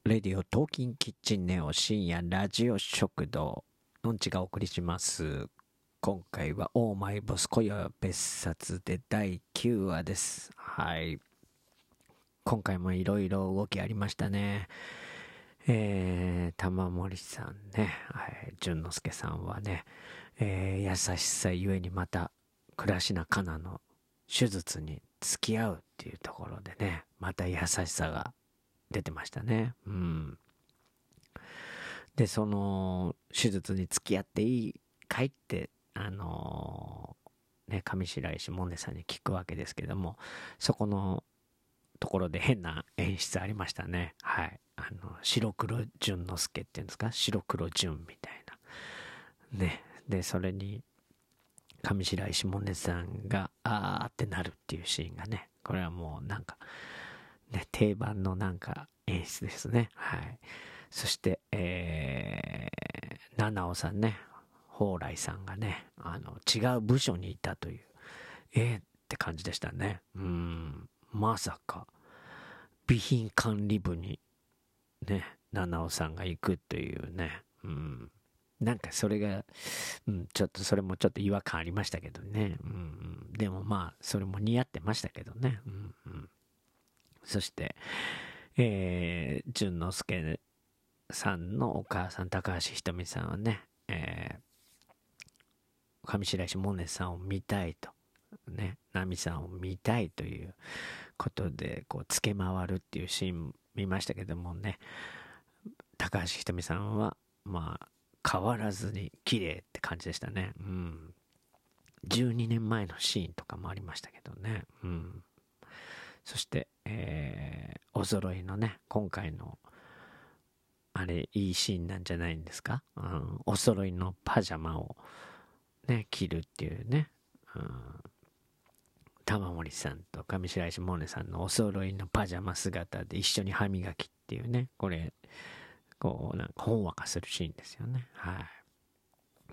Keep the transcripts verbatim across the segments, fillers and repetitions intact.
レディオトーキンキッチンネオ深夜ラジオ食堂のんちがお送りします。今回はオーマイボス恋は別冊でだいきゅうわです。はい。今回もいろいろ動きありましたね。えー、玉森さんね、はい、淳之介さんはね、えー、優しさゆえにまた倉科カナの手術に付き合うっていうところでね、また優しさが出てましたね。うん。で、その、手術に付き合っていいかいって、あのーね、上白石萌音さんに聞くわけですけども、そこのところで変な演出ありましたね。はい。あの、白黒淳之介っていうんですか、白黒淳みたいな。ね。で、それに、上白石萌音さんが、あーってなるっていうシーンがね、これはもうなんか、ね、定番のなんか演出ですね。はい。そして、えー、七尾さんね、蓬莱さんがね、あの、違う部署にいたという、えーって感じでしたね。うん、まさか、備品管理部にね、七尾さんが行くというね、うん、なんかそれが、うん、ちょっとそれもちょっと違和感ありましたけどね。うん、でもまあ、それも似合ってましたけどね。うんうん、そして、えー、淳之介さんのお母さん、高橋ひとみさんはね、えー、上白石萌音さんを見たいと、ね、奈美さんを見たいということで、こう、つけ回るっていうシーン見ましたけどもね、高橋ひとみさんは、まあ、変わらずに綺麗って感じでしたね。うん。じゅうにねんまえのシーンとかもありましたけどね。うん。そして、えー、お揃いのね、今回のあれ、いいシーンなんじゃないんですか。うん、お揃いのパジャマをね、着るっていうね。うん、玉森さんと上白石萌音さんのお揃いのパジャマ姿で一緒に歯磨きっていうね。これ、こう、なんかほんわかするシーンですよね。はい。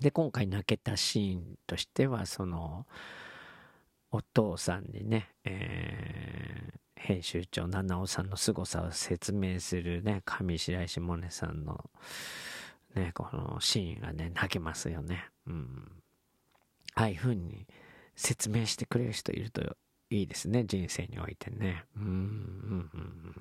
で、今回泣けたシーンとしては、その、お父さんにね、えー、編集長七尾さんの凄さを説明するね、上白石萌音さんのね、このシーンがね、泣けますよね。うん。ああいう風に説明してくれる人いるといいですね、人生においてね。うん、うん、うん。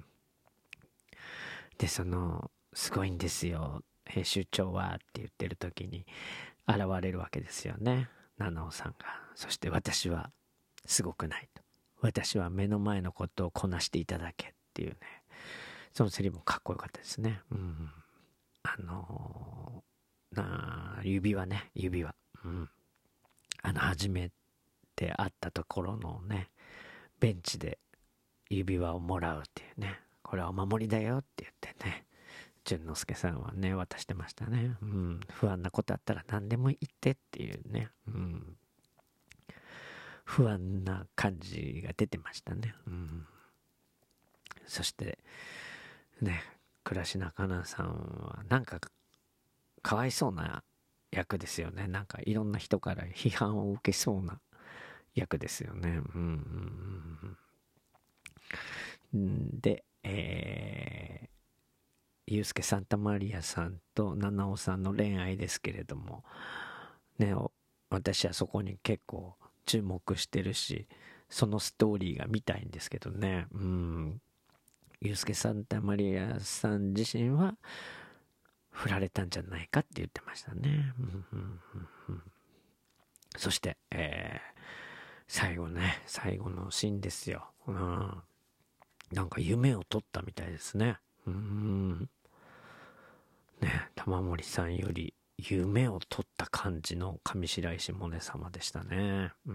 で、その、すごいんですよ、編集長はって言ってる時に現れるわけですよね、七尾さんが。そして私はすごくないと。私は目の前のことをこなしていただけっていうね、そのセリフもかっこよかったですね。うん。あのー、なあ、指輪ね、指輪。うん。あの、初めて会ったところのね、ベンチで指輪をもらうっていうね、これはお守りだよって言ってね、淳之介さんはね、渡してましたね。うん。不安なことあったら何でも言ってっていうね、うん。不安な感じが出てましたね。うん。そして、ね、倉科香菜さんは、なんか、かわいそうな役ですよね。なんか、いろんな人から批判を受けそうな役ですよね。うんうんうん。で、えー、ユースケ・サンタマリアさんと七尾さんの恋愛ですけれども、ね、私はそこに結構注目してるし、そのストーリーが見たいんですけどね。うん。ユースケ・サンタマリアさん自身は、振られたんじゃないかって言ってましたね。うんうんうんうん、そして、えー、最後ね、最後のシーンですよ。うん、なんか夢を取ったみたいですね。うん。ね、玉森さんより夢を取った感じの上白石萌音様でしたね。うん。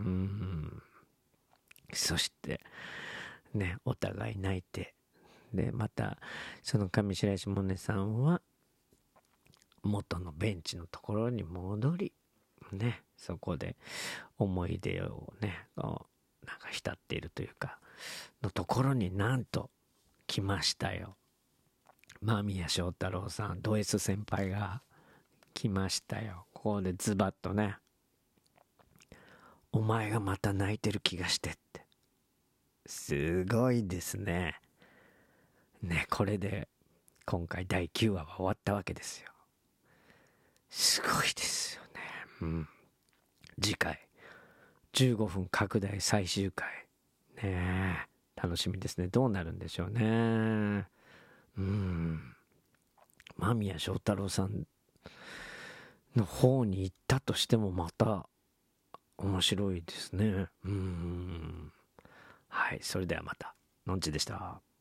そして、ね、お互い泣いて、で、また、その上白石萌音さんは、元のベンチのところに戻り、ね、そこで思い出をね、こうなんか浸っているというか、のところになんと来ましたよ。間宮祥太朗さん、ド S 先輩が来ましたよ。ここでズバッとね、お前がまた泣いてる気がしてって。すごいですね。ね、これで今回だいきゅうわは終わったわけですよ。すごいですよね。うん。次回じゅうごふん拡大最終回ねえ、楽しみですね。どうなるんでしょうね。うん。間宮祥太朗さんの方に行ったとしてもまた面白いですね。うん。はい、それではまた。のんちでした。